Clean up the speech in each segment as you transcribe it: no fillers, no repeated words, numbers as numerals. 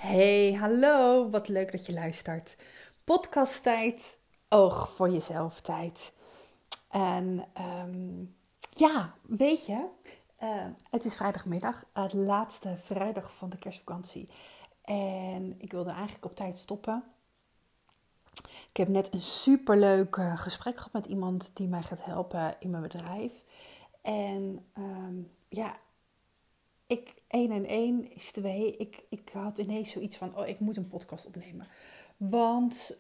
Hey, hallo, wat leuk dat je luistert. Podcasttijd, oog voor jezelf tijd. En weet je, het is vrijdagmiddag, het laatste vrijdag van de kerstvakantie. En ik wilde eigenlijk op tijd stoppen. Ik heb net een superleuk gesprek gehad met iemand die mij gaat helpen in mijn bedrijf. En één en één is 2. Ik had ineens zoiets van, ik moet een podcast opnemen. Want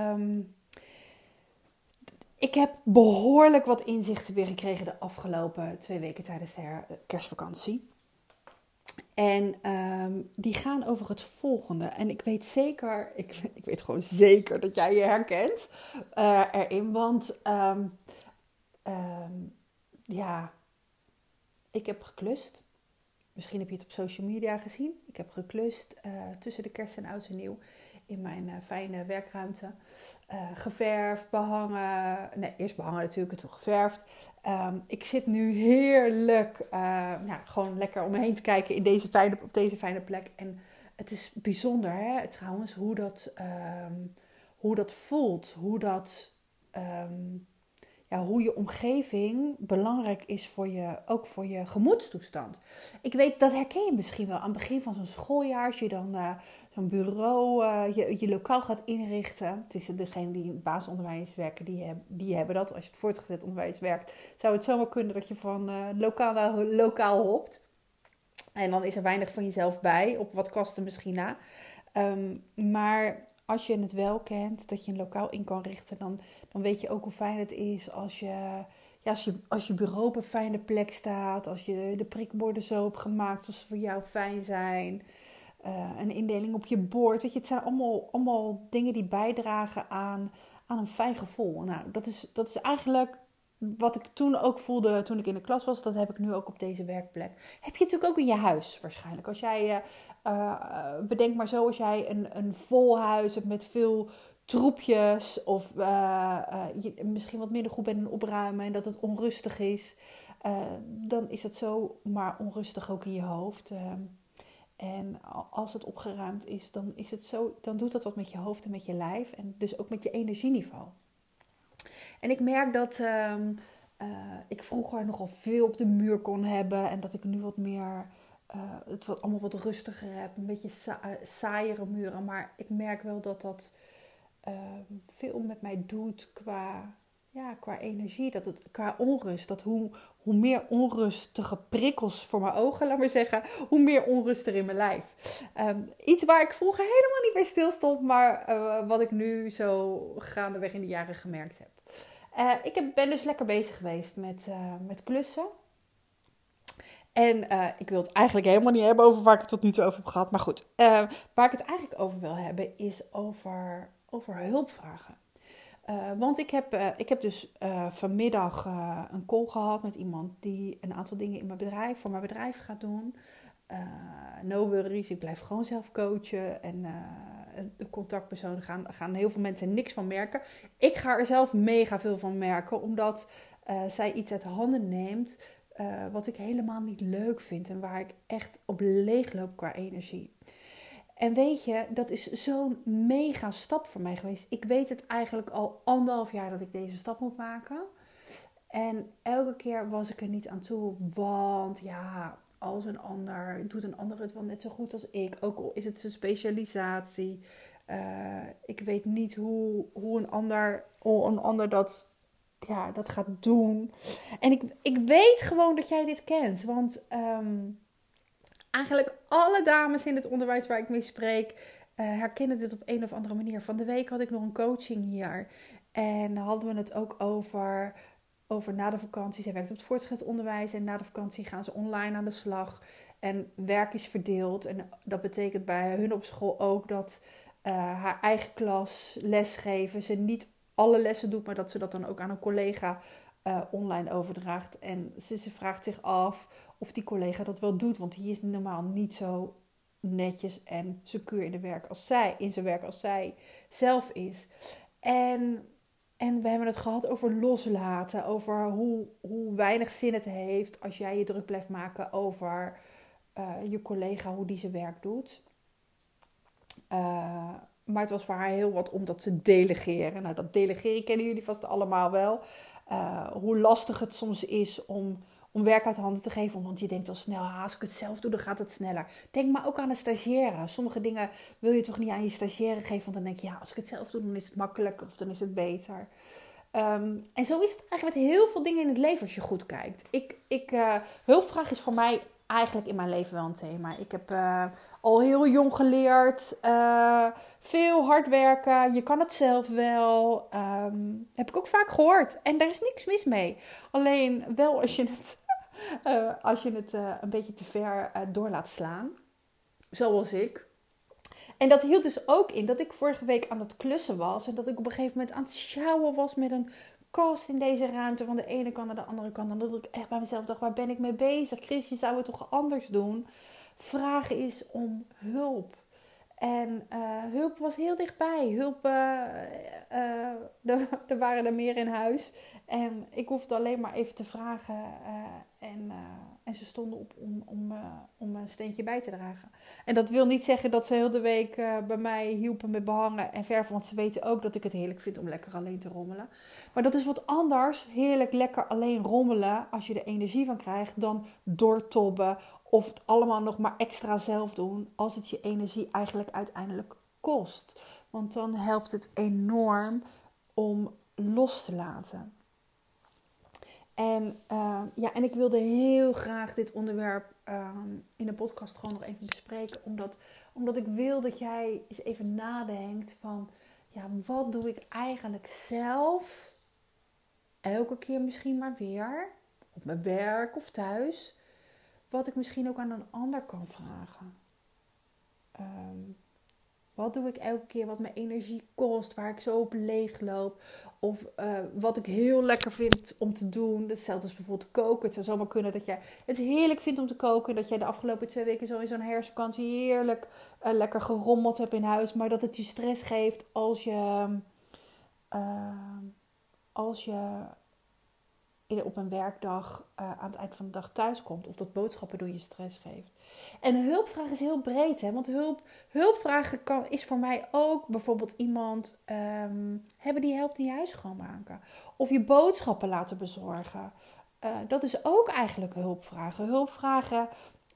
ik heb behoorlijk wat inzichten weer gekregen de afgelopen 2 weken tijdens de kerstvakantie. En die gaan over het volgende. En ik weet zeker, ik weet gewoon zeker dat jij je herkent erin. Want ik heb geklust. Misschien heb je het op social media gezien. Ik heb geklust tussen de kerst en oud en nieuw in mijn fijne werkruimte. Geverfd, behangen. Nee, eerst behangen natuurlijk, en toen geverfd. Ik zit nu heerlijk, gewoon lekker om me heen te kijken op deze fijne plek. En het is bijzonder, hè, trouwens, hoe dat voelt. Hoe je omgeving belangrijk is ook voor je gemoedstoestand. Ik weet, dat herken je misschien wel aan het begin van zo'n schooljaar. Als je dan zo'n bureau, je lokaal gaat inrichten. Tussen degenen die in het basisonderwijs werken, die hebben dat. Als je het voortgezet onderwijs werkt, zou het zomaar kunnen dat je van lokaal naar lokaal hopt. En dan is er weinig van jezelf bij, op wat kosten misschien na. Maar als je het wel kent, dat je een lokaal in kan richten, dan weet je ook hoe fijn het is als je bureau op een fijne plek staat. Als je de prikborden zo hebt gemaakt zoals ze voor jou fijn zijn. Een indeling op je bord. Weet je, het zijn allemaal dingen die bijdragen aan een fijn gevoel. Nou, dat is eigenlijk wat ik toen ook voelde toen ik in de klas was. Dat heb ik nu ook op deze werkplek. Heb je natuurlijk ook in je huis waarschijnlijk. Als jij, bedenk maar zo, als jij een vol huis hebt met veel troepjes. Of je misschien wat minder goed bent in opruimen en dat het onrustig is. Dan is het zo maar onrustig ook in je hoofd. En als het opgeruimd is, dan doet dat wat met je hoofd en met je lijf. En dus ook met je energieniveau. En ik merk dat ik vroeger nogal veel op de muur kon hebben. En dat ik nu wat meer allemaal wat rustiger heb. Een beetje saaiere muren. Maar ik merk wel dat veel met mij doet qua energie. Dat het qua onrust. Dat hoe meer onrustige prikkels voor mijn ogen, laat maar zeggen, hoe meer onrust er in mijn lijf. Iets waar ik vroeger helemaal niet bij stilstond. Maar wat ik nu zo gaandeweg in de jaren gemerkt heb. Ben dus lekker bezig geweest met klussen. En ik wil het eigenlijk helemaal niet hebben over waar ik het tot nu toe over heb gehad. Maar goed, waar ik het eigenlijk over wil hebben is over hulpvragen. Want ik heb dus vanmiddag een call gehad met iemand die een aantal dingen voor mijn bedrijf gaat doen. No worries, ik blijf gewoon zelf coachen. En de contactpersonen gaan heel veel mensen niks van merken. Ik ga er zelf mega veel van merken, omdat zij iets uit handen neemt wat ik helemaal niet leuk vind. En waar ik echt op leeg loop qua energie. En weet je, dat is zo'n mega stap voor mij geweest. Ik weet het eigenlijk al 1,5 jaar dat ik deze stap moet maken. En elke keer was ik er niet aan toe. Want ja, als een ander doet een ander het wel net zo goed als ik. Ook al is het zijn specialisatie. Ik weet niet hoe een ander dat gaat doen. En ik weet gewoon dat jij dit kent. Want eigenlijk alle dames in het onderwijs waar ik mee spreek herkennen dit op een of andere manier. Van de week had ik nog een coaching hier. En hadden we het ook over na de vakantie. Zij werkt op het voortgezet onderwijs. En na de vakantie gaan ze online aan de slag. En werk is verdeeld. En dat betekent bij hun op school ook dat haar eigen klas lesgeven. Ze niet alle lessen doet, maar dat ze dat dan ook aan een collega online overdraagt. En ze vraagt zich af of die collega dat wel doet. Want die is normaal niet zo netjes en secuur in zijn werk als zij zelf is. En we hebben het gehad over loslaten. Over hoe weinig zin het heeft als jij je druk blijft maken over je collega, hoe die zijn werk doet. Maar het was voor haar heel wat om dat te delegeren. Nou, dat delegeren kennen jullie vast allemaal wel. Hoe lastig het soms is om werk uit handen te geven. Want je denkt al snel, als ik het zelf doe, dan gaat het sneller. Denk maar ook aan een stagiaire. Sommige dingen wil je toch niet aan je stagiaire geven. Want dan denk je, als ik het zelf doe, dan is het makkelijker of dan is het beter. En zo is het eigenlijk met heel veel dingen in het leven als je goed kijkt. Hulpvraag is voor mij eigenlijk in mijn leven wel een thema. Ik heb al heel jong geleerd. Veel hard werken. Je kan het zelf wel. Heb ik ook vaak gehoord. En daar is niks mis mee. Alleen wel als je het een beetje te ver door laat slaan. Zoals ik. En dat hield dus ook in dat ik vorige week aan het klussen was. En dat ik op een gegeven moment aan het sjouwen was met een kast in deze ruimte. Van de ene kant naar de andere kant. En dat ik echt bij mezelf dacht, waar ben ik mee bezig? Chris, je zou het toch anders doen? Vragen is om hulp. En hulp was heel dichtbij. Er waren er meer in huis. En ik hoefde alleen maar even te vragen. En ze stonden op om een steentje bij te dragen. En dat wil niet zeggen dat ze heel de week bij mij hielpen met behangen en verven. Want ze weten ook dat ik het heerlijk vind om lekker alleen te rommelen. Maar dat is wat anders. Heerlijk lekker alleen rommelen als je er energie van krijgt. Dan doortobben of het allemaal nog maar extra zelf doen. Als het je energie eigenlijk uiteindelijk kost. Want dan helpt het enorm om los te laten. En ik wilde heel graag dit onderwerp in de podcast gewoon nog even bespreken. Omdat ik wil dat jij eens even nadenkt van, wat doe ik eigenlijk zelf? Elke keer misschien maar weer. Op mijn werk of thuis. Wat ik misschien ook aan een ander kan vragen. Wat doe ik elke keer wat mijn energie kost, waar ik zo op leeg loop? Of wat ik heel lekker vind om te doen. Hetzelfde als bijvoorbeeld koken. Het zou zomaar kunnen dat jij het heerlijk vindt om te koken. Dat jij de afgelopen 2 weken zo in zo'n herfstvakantie heerlijk lekker gerommeld hebt in huis. Maar dat het je stress geeft als je op een werkdag aan het eind van de dag thuis komt. Of dat boodschappen doen je stress geeft. En een hulpvraag is heel breed. Hè? Want hulpvragen is voor mij ook bijvoorbeeld iemand hebben die helpt in je huis schoonmaken. Of je boodschappen laten bezorgen. Dat is ook eigenlijk hulpvragen. Hulpvragen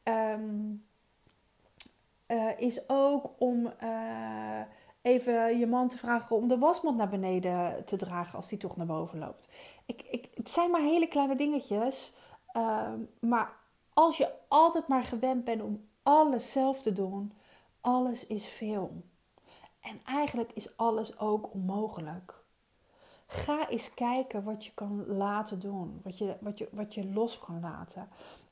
is ook om even je man te vragen om de wasmand naar beneden te dragen als die toch naar boven loopt. Het zijn maar hele kleine dingetjes. Maar als je altijd maar gewend bent om alles zelf te doen, alles is veel. En eigenlijk is alles ook onmogelijk. Ga eens kijken wat je kan laten doen. Wat je los kan laten.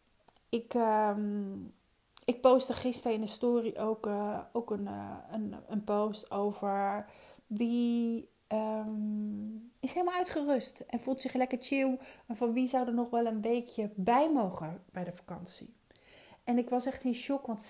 Ik postte gisteren in de story ook een post over wie is helemaal uitgerust en voelt zich lekker chill. En van wie zou er nog wel een weekje bij mogen bij de vakantie. En ik was echt in shock, want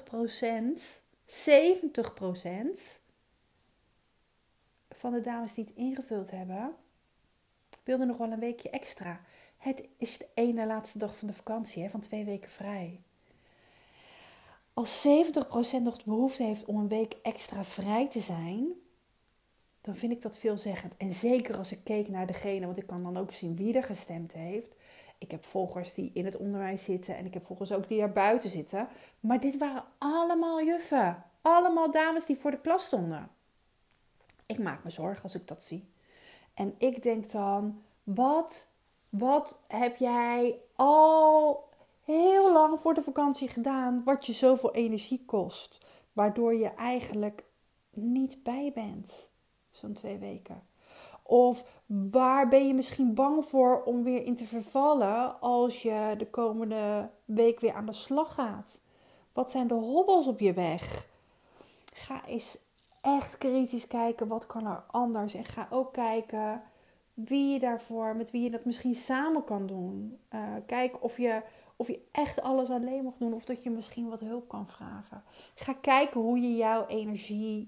70% van de dames die het ingevuld hebben, wilden nog wel een weekje extra. Het is de ene laatste dag van de vakantie, van 2 weken vrij. Als 70% nog de behoefte heeft om een week extra vrij te zijn, dan vind ik dat veelzeggend. En zeker als ik keek naar degene, want ik kan dan ook zien wie er gestemd heeft. Ik heb volgers die in het onderwijs zitten en ik heb volgers ook die er buiten zitten. Maar dit waren allemaal juffen. Allemaal dames die voor de klas stonden. Ik maak me zorgen als ik dat zie. En ik denk dan, wat heb jij al heel lang voor de vakantie gedaan wat je zoveel energie kost, waardoor je eigenlijk niet bij bent zo'n 2 weken? Of waar ben je misschien bang voor om weer in te vervallen als je de komende week weer aan de slag gaat? Wat zijn de hobbels op je weg? Ga eens echt kritisch kijken, wat kan er anders? En ga ook kijken met wie je dat misschien samen kan doen. Kijk of je echt alles alleen mag doen of dat je misschien wat hulp kan vragen. Ga kijken hoe je jouw energie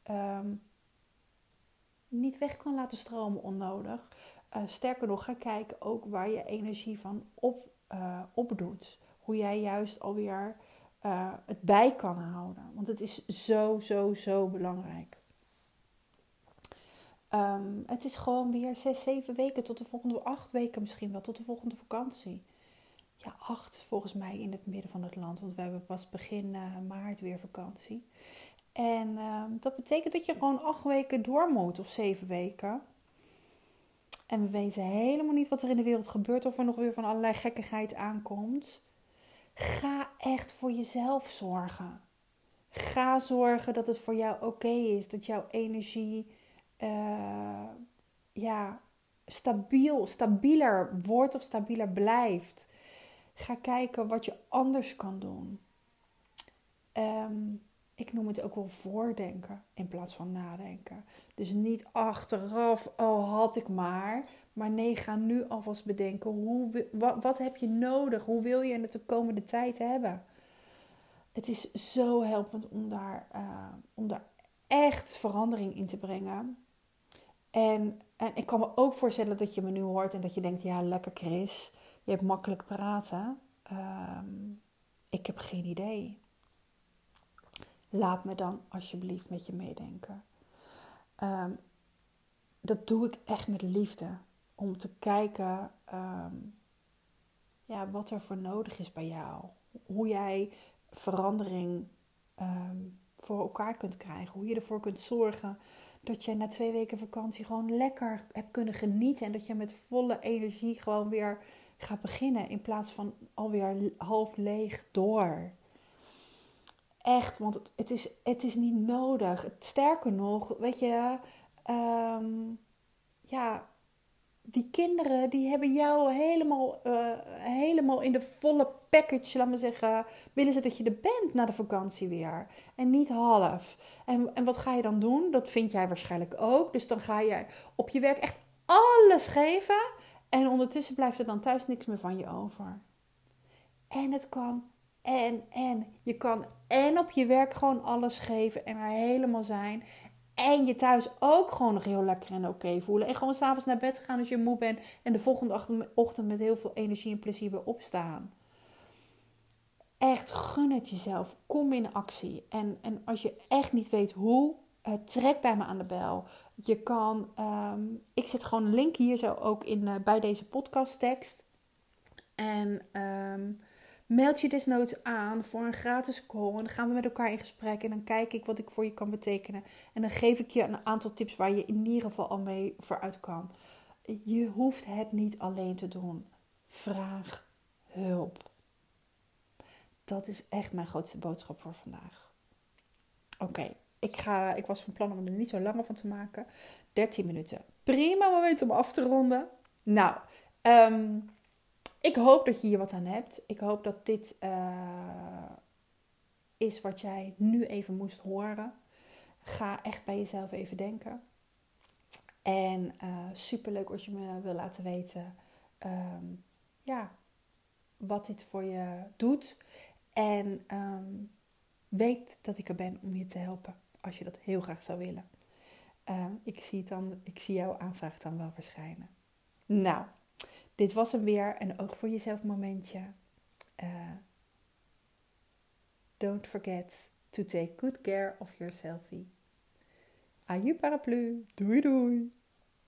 niet weg kan laten stromen onnodig. Sterker nog, ga kijken ook waar je energie van opdoet. Hoe jij juist alweer het bij kan houden. Want het is zo, zo, zo belangrijk. Het is gewoon weer 6, 7 weken tot de volgende, 8 weken misschien wel, tot de volgende vakantie. Ja, 8 volgens mij in het midden van het land, want we hebben pas begin maart weer vakantie. En dat betekent dat je gewoon 8 weken door moet, of 7 weken. En we weten helemaal niet wat er in de wereld gebeurt, of er nog weer van allerlei gekkigheid aankomt. Ga echt voor jezelf zorgen. Ga zorgen dat het voor jou oké is, dat jouw energie stabieler wordt of stabieler blijft. Ga kijken wat je anders kan doen. Ik noem het ook wel voordenken in plaats van nadenken. Dus niet achteraf, oh had ik maar. Maar nee, ga nu alvast bedenken, wat heb je nodig? Hoe wil je het de komende tijd hebben? Het is zo helpend om daar echt verandering in te brengen. En ik kan me ook voorstellen dat je me nu hoort en dat je denkt, ja lekker Chris, je hebt makkelijk praten. Ik heb geen idee. Laat me dan alsjeblieft met je meedenken. Dat doe ik echt met liefde. Om te kijken wat er voor nodig is bij jou. Hoe jij verandering voor elkaar kunt krijgen. Hoe je ervoor kunt zorgen dat je na 2 weken vakantie gewoon lekker hebt kunnen genieten. En dat je met volle energie gewoon weer gaat beginnen. In plaats van alweer half leeg door. Echt, want het is niet nodig. Sterker nog, weet je, die kinderen die hebben jou helemaal in de volle package, laat maar zeggen, willen ze dat je er bent na de vakantie weer. En niet half. En wat ga je dan doen? Dat vind jij waarschijnlijk ook. Dus dan ga je op je werk echt alles geven. En ondertussen blijft er dan thuis niks meer van je over. En het kan. Je kan en op je werk gewoon alles geven en er helemaal zijn. En je thuis ook gewoon nog heel lekker en oké voelen. En gewoon 's avonds naar bed gaan als je moe bent. En de volgende ochtend met heel veel energie en plezier weer opstaan. Echt, gun het jezelf. Kom in actie. En als je echt niet weet hoe, trek bij me aan de bel. Je kan, ik zet gewoon een link hier zo ook bij deze podcasttekst. En meld je desnoods aan voor een gratis call. En dan gaan we met elkaar in gesprek. En dan kijk ik wat ik voor je kan betekenen. En dan geef ik je een aantal tips waar je in ieder geval al mee vooruit kan. Je hoeft het niet alleen te doen. Vraag hulp. Dat is echt mijn grootste boodschap voor vandaag. Oké, ik was van plan om er niet zo langer van te maken. 13 minuten. Prima moment om af te ronden. Nou, ik hoop dat je hier wat aan hebt. Ik hoop dat dit is wat jij nu even moest horen. Ga echt bij jezelf even denken. En superleuk als je me wil laten weten wat dit voor je doet. En weet dat ik er ben om je te helpen als je dat heel graag zou willen. Ik zie jouw aanvraag dan wel verschijnen. Nou, dit was hem weer. Een oog voor jezelf momentje. Don't forget to take good care of yourself. Aju paraplu. Doei doei.